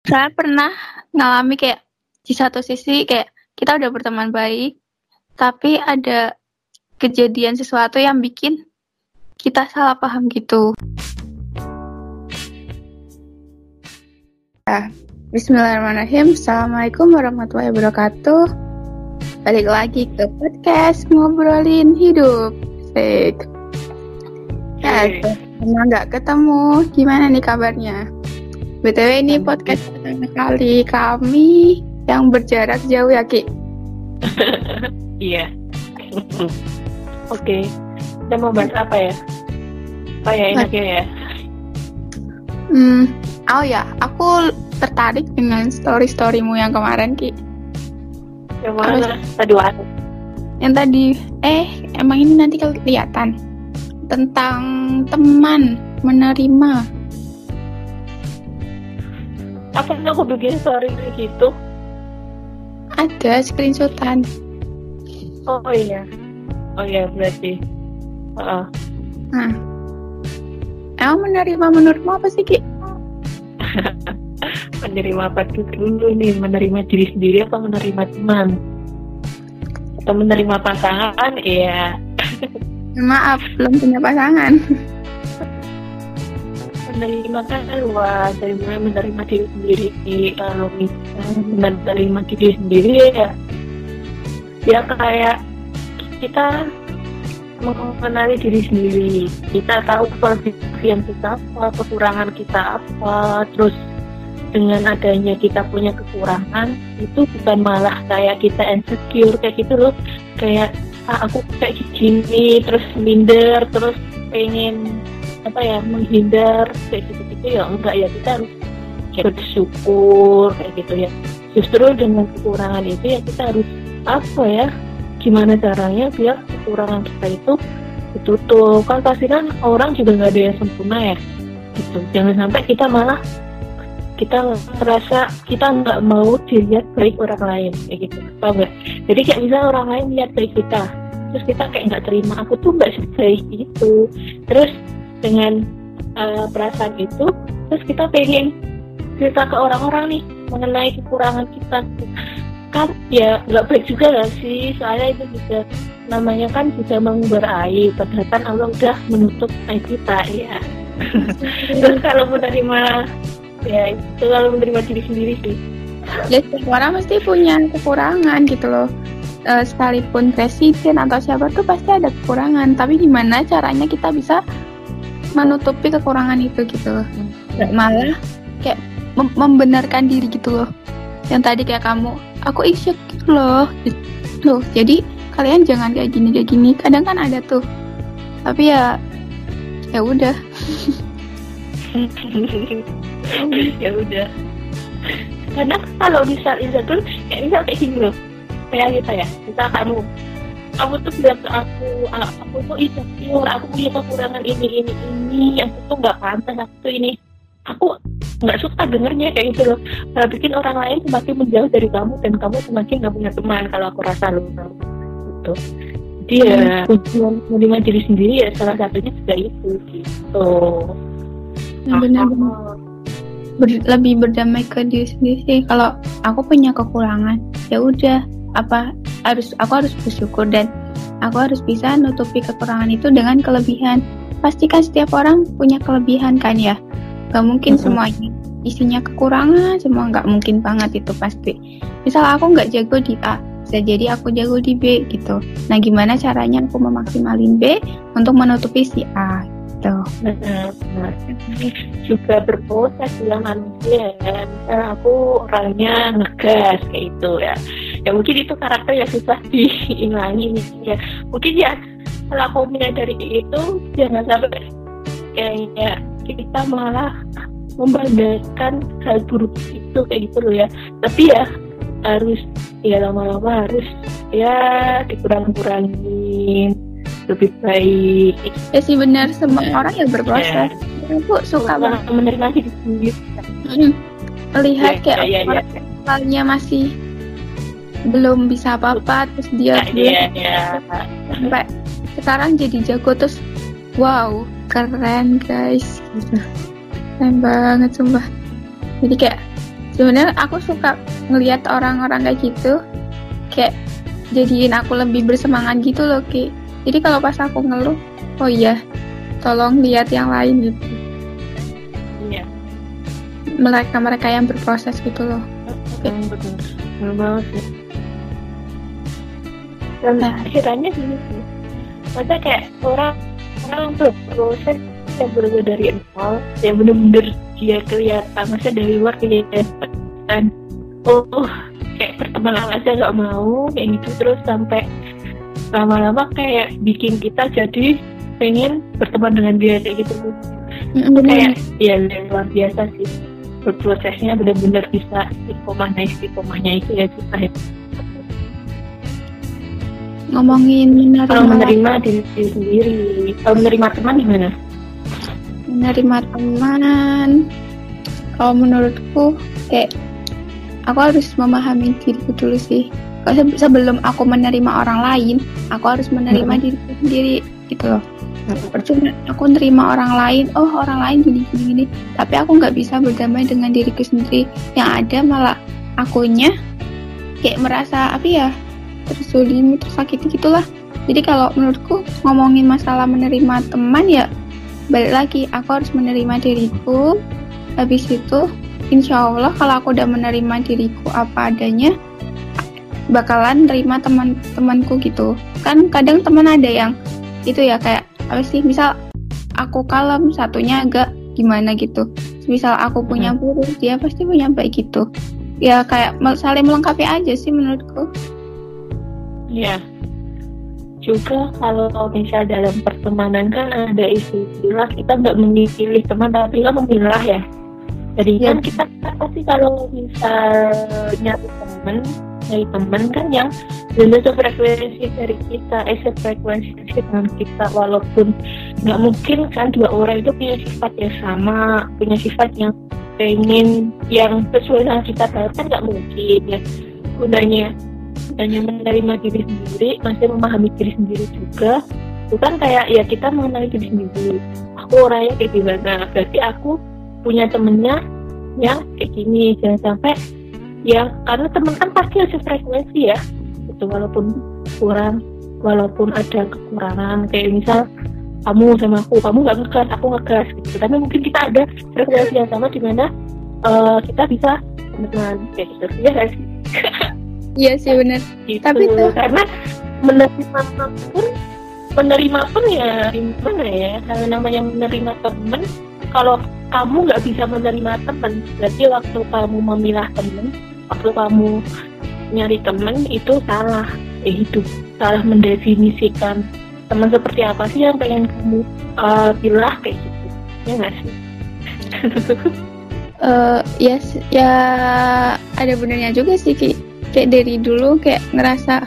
Saya pernah ngalami kayak di satu sisi kayak kita udah berteman baik, tapi ada kejadian sesuatu yang bikin kita salah paham gitu. Bismillahirrahmanirrahim. Assalamualaikum warahmatullahi wabarakatuh. Balik lagi ke podcast Ngobrolin Hidup. Asik. Ya, emang nggak ketemu. Gimana nih kabarnya? BTW ini podcast pertama kali kami yang berjarak jauh ya, Ki? Iya. Oke. Kita mau bahas apa ya? Apa ya enaknya ya? Oh ya, aku tertarik dengan story-storymu yang kemarin, Ki. Yang mana? Tadi waktu. Yang tadi, emang ini nanti kalau kelihatan tentang teman menerima. Apa aku bikin story kayak gitu? Ada screenshotan. Oh iya berarti. Nah, emang menerima menurutmu apa sih, Ki? Menerima apa dulu nih? Menerima diri sendiri apa menerima teman? Atau menerima pasangan? Iya. Maaf, belum punya pasangan. Menerima kan luas, dari mulai menerima diri sendiri. Kalau misalnya menerima diri sendiri ya kayak kita mengenali diri sendiri. Kita tahu kelebihan kita apa, kekurangan kita apa. Terus dengan adanya kita punya kekurangan, itu bukan malah kayak kita insecure kayak gitu loh. Kayak aku kayak gini, terus minder, terus pengen menghindar kayak gitu ya enggak ya, kita harus bersyukur kayak gitu ya. Justru dengan kekurangan itu ya kita harus gimana caranya biar kekurangan kita itu ditutup. Kan pasti kan orang juga nggak ada yang sempurna ya gitu. Jangan sampai kita malah merasa kita nggak mau dilihat baik orang lain kayak gitu, paham nggak? Jadi kayak misalnya orang lain lihat baik kita, terus kita kayak nggak terima, aku tuh nggak sebaik itu. Terus dengan perasaan itu, terus kita pengen cerita ke orang-orang nih mengenai kekurangan kita, kan ya nggak baik juga lah sih. Soalnya itu juga namanya kan bisa mengumbar aib, padahal kan Allah udah menutup aib kita ya. Terus kalau menerima ya itu, kalau menerima diri sendiri sih. Ya, setiap orang mesti punya kekurangan gitu loh. Sekalipun presiden atau siapa tuh pasti ada kekurangan. Tapi gimana caranya kita bisa menutupi kekurangan itu gitu loh. Malah kayak membenarkan diri gitu loh. Yang tadi kayak kamu, aku insecure loh gitu. Loh, jadi kalian jangan kayak gini. Kadang kan ada tuh. Tapi ya udah. Ya udah. Karena kalau misal tuh kayak gini loh. Kayak kita ya. Misal kamu tuh bilang ke aku tuh insecure, aku punya kekurangan ini, aku tuh nggak pantas, aku tuh ini. Aku nggak suka dengernya kayak gitu loh. Kalau bikin orang lain semakin menjauh dari kamu dan kamu semakin nggak punya teman. Kalau aku rasa loh gitu. Jadi ya menerima diri sendiri ya salah satunya juga itu gitu. Benar-benar lebih berdamai ke diri sendiri sih. Kalau aku punya kekurangan, ya udah aku harus bersyukur dan aku harus bisa nutupi kekurangan itu dengan kelebihan. Pastikan setiap orang punya kelebihan kan ya. Gak mungkin semuanya isinya kekurangan, semua nggak mungkin banget itu pasti. Misal aku nggak jago di A, bisa jadi aku jago di B gitu. Nah, gimana caranya aku memaksimalin B untuk menutupi si A gitu. Benar. Juga berproses dalam manusia ya. Misalnya aku orangnya ngegas kayak itu ya. Ya mungkin itu karakter yang susah dihilangi ya. Mungkin ya kalau aku menyadari itu, jangan sampai kayak kita malah membanggakan hal buruk itu kayak gitu loh ya. Tapi ya harus lama-lama harus dikurang-kurangin, lebih baik. Ya sih benar, semua orang yang berproses. Aku suka banget menerima diri sendiri. Melihat kayak orangnya masih belum bisa apa-apa, terus dia sampai sekarang jadi jago, terus wow, keren guys, keren banget sumpah. Jadi kayak sebenarnya aku suka ngelihat orang-orang kayak gitu, kayak jadiin aku lebih bersemangat gitu loh Ki. Jadi kalau pas aku ngeluh, oh iya, tolong lihat yang lain gitu. Iya. Mereka yang berproses gitu loh. Betul banget sih. Dan akhirnya gini sih, maksudnya kayak orang berproses yang bener dari nol, yang bener-bener dia kelihatan, maksudnya dari luar kelihatan, kayak berteman aja nggak mau kayak gitu, terus sampai lama-lama kayak bikin kita jadi pengen berteman dengan dia kayak gitu. Kayak ya luar biasa sih, berprosesnya benar-benar bisa istiqomahnya itu ya kita ya. Ngomongin kalau menerima diri sendiri, kalau menerima teman gimana? Menerima teman, kalau menurutku kayak aku harus memahami diriku dulu sih. Kalau sebelum aku menerima orang lain, aku harus menerima diriku sendiri gitu loh. Percuma aku nerima orang lain, orang lain gini, tapi aku nggak bisa berdamai dengan diriku sendiri. Yang ada malah akunya kayak merasa terzolimi, tersakiti gitulah. Jadi kalau menurutku ngomongin masalah menerima teman ya balik lagi, aku harus menerima diriku. Habis itu insya Allah kalau aku udah menerima diriku apa adanya, bakalan nerima teman-temanku gitu. Kan kadang teman ada yang itu ya kayak misal aku kalem, satunya agak gimana gitu. Misal aku punya buruk, dia pasti punya baik gitu. Ya kayak saling melengkapi aja sih menurutku. Iya. Juga kalau misal dalam pertemanan kan ada istilah kita nggak memilih teman tapi kan memilah ya. Jadi kan kita pasti kalau misal nyari teman kan yang benar frekuensi dari kita, frekuensi dengan kita, walaupun nggak mungkin kan dua orang itu punya sifat yang sama, punya sifat yang pengen yang sesuai dengan kita kan nggak mungkin ya. Gunanya menerima diri sendiri, masih memahami diri sendiri juga. Bukan kayak ya kita mengenali diri sendiri. Aku orangnya kayak gimana? Berarti aku punya temennya yang kayak gini. Jangan sampai ya, karena teman kan pasti ada frekuensi ya. Itu walaupun kurang, walaupun ada kekurangan. Kayak misal kamu sama aku, kamu nggak ngegas, aku ngegas gitu. Tapi mungkin kita ada frekuensi yang sama di mana kita bisa teman kayak gitu. Ya guys. Iya sih benar. Gitu. Tapi tuh karena menerima pun ya gimana ya, kalau namanya menerima teman, kalau kamu nggak bisa menerima teman, berarti waktu kamu memilah teman, waktu kamu nyari teman itu salah hidup, salah mendefinisikan teman seperti apa sih yang pengen kamu pilih kayak gitu, ya nggak sih? Ya ada benernya juga sih Ki. Kayak dari dulu kayak ngerasa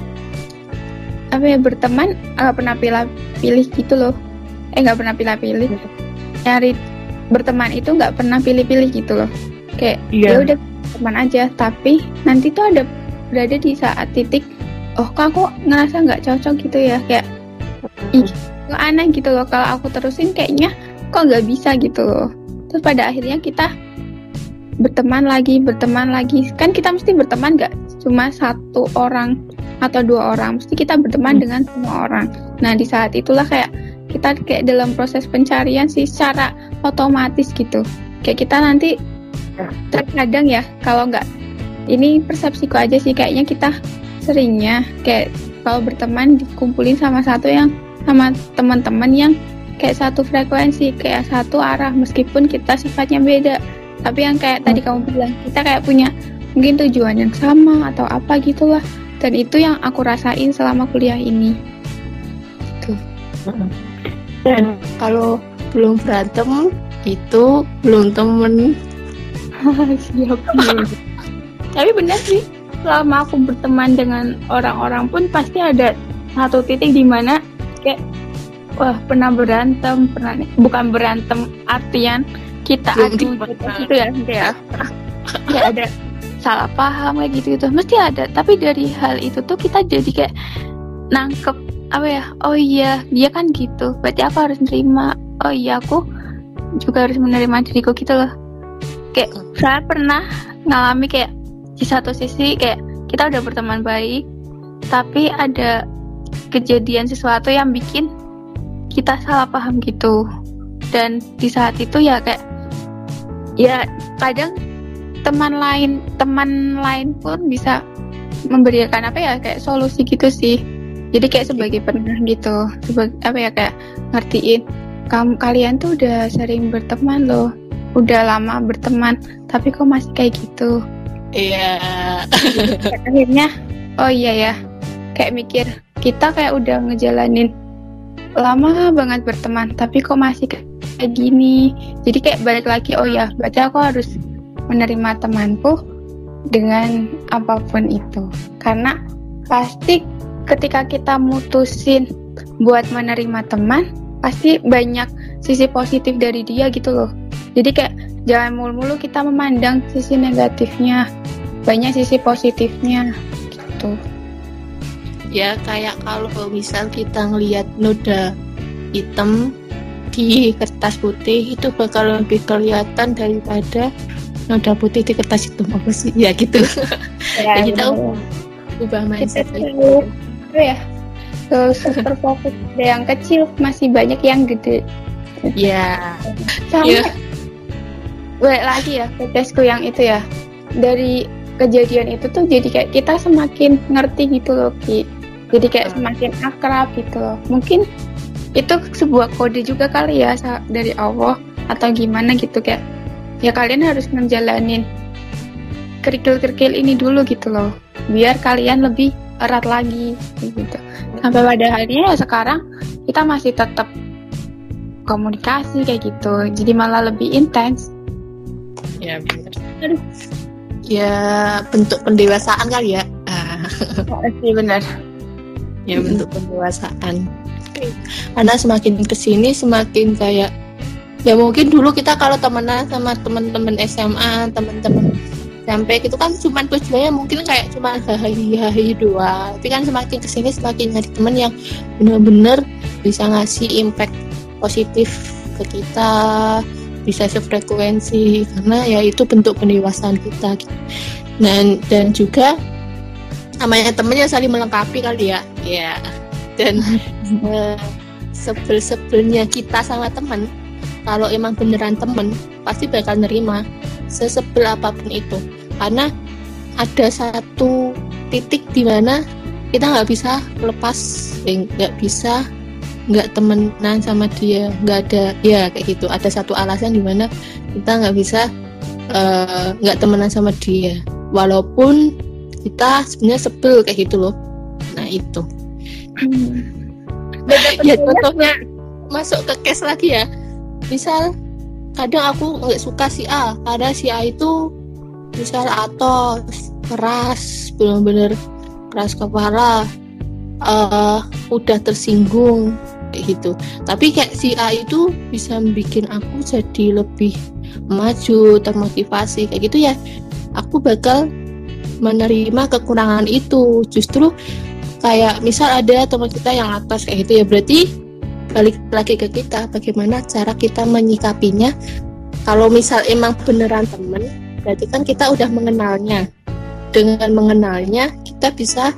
berteman nggak pernah pilih gitu loh. Nggak pernah pilih. Nyari berteman itu nggak pernah pilih gitu loh. Kayak ya udah teman aja, tapi nanti tuh berada di saat titik kok aku ngerasa nggak cocok gitu ya, kayak kok aneh gitu loh kalau aku terusin, kayaknya kok nggak bisa gitu loh. Terus pada akhirnya kita berteman lagi, kan kita mesti berteman gak cuma satu orang atau dua orang, mesti kita berteman dengan semua orang. Nah di saat itulah kayak kita kayak dalam proses pencarian sih secara otomatis gitu. Kayak kita nanti terkadang ya, kalau nggak, ini persepsiku aja sih, kayaknya kita seringnya kayak kalau berteman dikumpulin sama teman-teman yang kayak satu frekuensi, kayak satu arah, meskipun kita sifatnya beda. Tapi yang kayak tadi kamu bilang, kita kayak punya mungkin tujuan yang sama atau apa gitulah. Dan itu yang aku rasain selama kuliah ini. Gitu. Dan kalau belum berantem, itu belum temen. Siap. Tapi benar sih, selama aku berteman dengan orang-orang pun pasti ada satu titik di mana kayak pernah berantem, bukan berantem artian kita adu gitu ya, kayak ada salah paham kayak gitu mesti ada. Tapi dari hal itu tuh kita jadi kayak nangkep oh iya dia kan gitu, berarti aku harus nerima. Oh iya, aku juga harus menerima diriku gitu loh. Kayak saya pernah ngalami kayak di satu sisi kayak kita udah berteman baik, tapi ada kejadian sesuatu yang bikin kita salah paham gitu. Dan di saat itu ya kayak ya kadang teman lain pun bisa memberikan apa ya kayak solusi gitu sih. Jadi kayak sebagai penengah gitu, kayak ngertiin kalian tuh udah sering berteman loh, udah lama berteman, tapi kok masih kayak gitu. Iya. Akhirnya, oh iya ya, kayak mikir kita kayak udah ngejalanin lama banget berteman, tapi kok masih kayak gini. Jadi kayak balik lagi, oh ya, berarti aku harus menerima temanku dengan apapun itu. Karena pasti ketika kita mutusin buat menerima teman, pasti banyak sisi positif dari dia gitu loh. Jadi kayak jangan mulu-mulu kita memandang sisi negatifnya, banyak sisi positifnya gitu. Ya kayak kalau misal kita ngelihat noda hitam di kertas putih itu bakal lebih kelihatan daripada noda putih di kertas hitam, apa sih? Ya gitu. Ya kita ubah mindset itu. Ya, super fokus yang kecil, masih banyak yang gede. Ya. Sama. Yeah. Balik lagi ya ke tesku yang itu ya. Dari kejadian itu tuh jadi kayak kita semakin ngerti gitu loh, Ki. Jadi kayak semakin akrab gitu loh. Mungkin itu sebuah kode juga kali ya dari Allah atau gimana gitu, kayak ya kalian harus ngejalanin kerikil-kerikil ini dulu gitu loh, biar kalian lebih erat lagi gitu. Sampai pada akhirnya ya sekarang kita masih tetap komunikasi kayak gitu, jadi malah lebih intens. Ya benar. Ya bentuk pendewasaan kali ya. Iya benar. Ya bentuk pendewasaan. Karena semakin kesini semakin kayak ya mungkin dulu kita kalau temenan sama teman-teman SMA, teman-teman SMP gitu kan cuman tujuannya mungkin kayak cuma hahi doang. Tapi kan semakin kesini semakin nyari teman yang benar-benar bisa ngasih impact positif ke kita, bisa sefrekuensi, karena ya itu bentuk pendewasaan kita gitu. Dan juga namanya temennya saling melengkapi kali ya. Ya. Dan sebel-sebelnya kita sama teman, kalau emang beneran temen pasti bakal nerima sesebel apapun itu, karena ada satu titik di mana kita nggak bisa lepas, nggak bisa nggak temenan sama dia, nggak ada ya kayak gitu. Ada satu alasan di mana kita nggak bisa nggak temenan sama dia, walaupun kita sebenarnya sebel kayak gitu loh. Nah itu. Ya contohnya masuk ke case lagi ya. Misal kadang aku nggak suka si A karena si A itu misal atos, keras, benar-benar keras kepala, udah tersinggung kayak gitu. Tapi kayak si A itu bisa bikin aku jadi lebih maju, termotivasi kayak gitu ya. Aku bakal menerima kekurangan itu. Justru kayak misal ada teman kita yang atas kayak gitu ya, berarti balik lagi ke kita bagaimana cara kita menyikapinya. Kalau misal emang beneran temen, berarti kan kita udah mengenalnya. Dengan mengenalnya kita bisa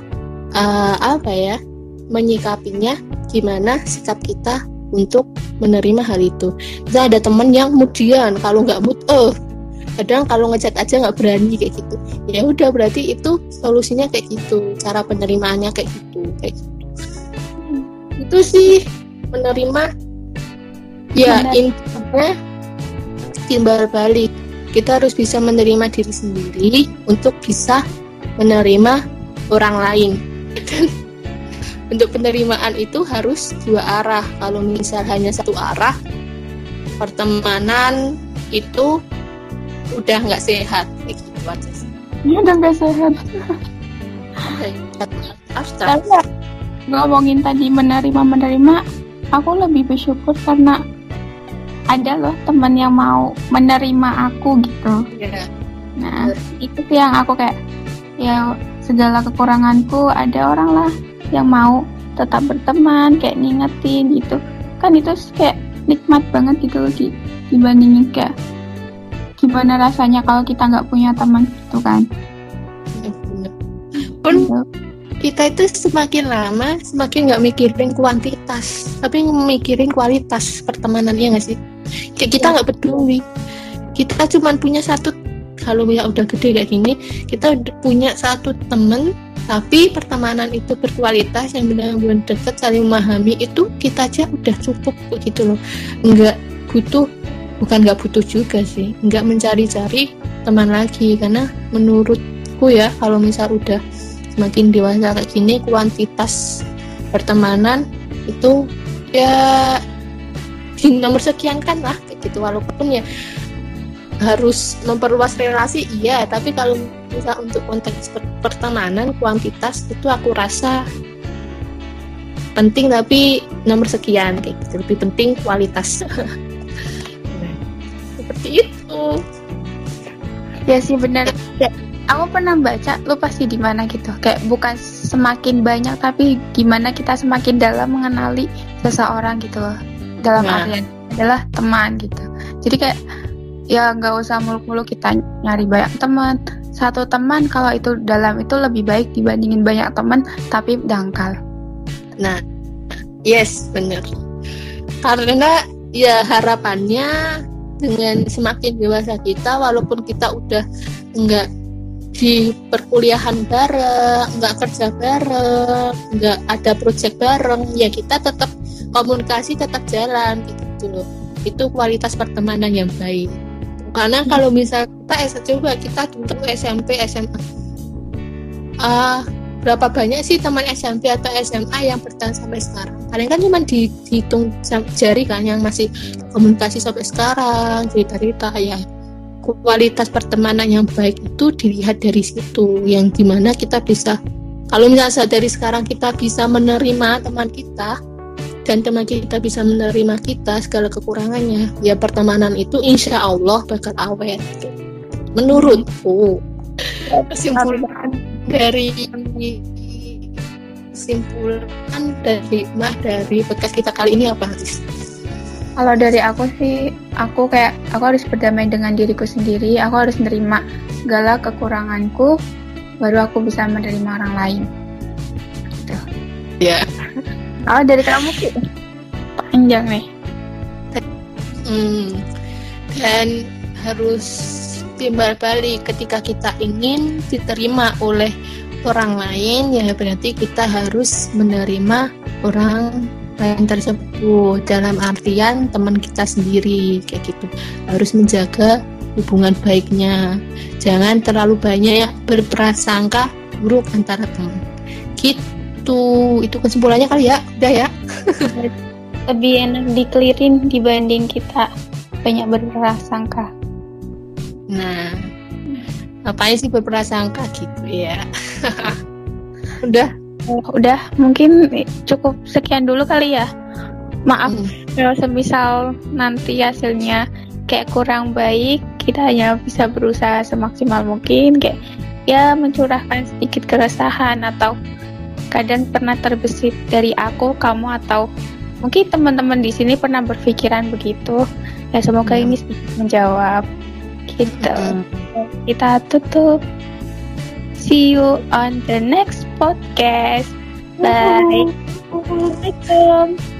menyikapinya, gimana sikap kita untuk menerima hal itu. Bisa ada temen yang moodian, kalau nggak mood kadang kalau ngechat aja nggak berani kayak gitu. Ya udah, berarti itu solusinya kayak gitu, cara penerimaannya kayak gitu. Itu sih menerima. Ya intinya timbal balik, kita harus bisa menerima diri sendiri untuk bisa menerima orang lain. Untuk penerimaan itu harus dua arah. Kalau misal hanya satu arah, pertemanan itu udah nggak sehat kayak gitu aja sih. Iya, udah nggak sehat. Tapi ngomongin tadi menerima, aku lebih bersyukur karena ada loh teman yang mau menerima aku gitu. Yeah. Nah, itu sih yang aku kayak ya segala kekuranganku ada orang lah yang mau tetap berteman, kayak ngingetin gitu. Kan itu kayak nikmat banget gitu loh, dibandingin kayak gimana rasanya kalau kita nggak punya teman itu kan. Pun kita itu semakin lama semakin nggak mikirin kuantitas, tapi mikirin kualitas pertemanannya nggak sih? Kayak kita nggak peduli, kita cuma punya satu. Kalau ya udah gede kayak gini, kita udah punya satu temen, tapi pertemanan itu berkualitas yang benar-benar dekat, saling memahami, itu kita aja udah cukup begitu loh. Bukan nggak butuh juga sih, nggak mencari-cari teman lagi, karena menurutku ya kalau misal udah semakin dewasa kayak gini, kuantitas pertemanan itu ya di nomor sekian kan lah kayak gitu. Walaupun ya harus memperluas relasi iya, tapi kalau misal untuk konteks pertemanan kuantitas itu aku rasa penting, tapi nomor sekian kayak gitu, lebih penting kualitas. Seperti itu ya sih, benar. Kayak aku pernah baca, lu pasti di mana gitu, kayak bukan semakin banyak tapi gimana kita semakin dalam mengenali seseorang gitu loh, dalam artian adalah teman gitu. Jadi kayak ya nggak usah muluk-muluk kita nyari banyak teman. Satu teman kalau itu dalam itu lebih baik dibandingin banyak teman tapi dangkal. Nah, yes, benar. Karena ya harapannya dengan semakin dewasa kita, walaupun kita udah nggak di perkuliahan bareng, nggak kerja bareng, nggak ada project bareng, ya kita tetap komunikasi tetap jalan gitu loh. Itu kualitas pertemanan yang baik. Karena kalau misal kita dulu SMP, SMA, berapa banyak sih teman SMP atau SMA yang bertahan sampai sekarang? Paling kan cuma dihitung jari kan yang masih komunikasi sampai sekarang, cerita-cerita ya. Kualitas pertemanan yang baik itu dilihat dari situ, yang dimana kita bisa, kalau misalnya dari sekarang kita bisa menerima teman kita, dan teman kita bisa menerima kita segala kekurangannya, ya pertemanan itu insya Allah bakal awet. Menurutku. Kesimpulan dari podcast kita kali ini apa, Haris? Kalau dari aku sih, aku harus berdamai dengan diriku sendiri. Aku harus menerima segala kekuranganku, baru aku bisa menerima orang lain. Gitu. Ya. Kalau dari kamu sih panjang nih. Dan harus timbal balik ketika kita ingin diterima oleh orang lain, ya berarti kita harus menerima orang lain tersebut, dalam artian teman kita sendiri kayak gitu. Harus menjaga hubungan baiknya, jangan terlalu banyak berprasangka buruk antara teman gitu. Itu kesimpulannya kali ya, udah ya. Lebih enak dikelirin dibanding kita banyak berprasangka. Nah, ngapain sih berprasangka gitu ya. Udah mungkin cukup sekian dulu kali ya. Maaf kalau semisal nanti hasilnya kayak kurang baik, kita hanya bisa berusaha semaksimal mungkin, kayak ya mencurahkan sedikit keresahan atau kadang pernah terbesit dari aku, kamu, atau mungkin teman-teman di sini pernah berpikiran begitu. Ya semoga ini sedikit menjawab. Gitu. Kita tutup. See you on the next podcast. Bye. Assalamualaikum.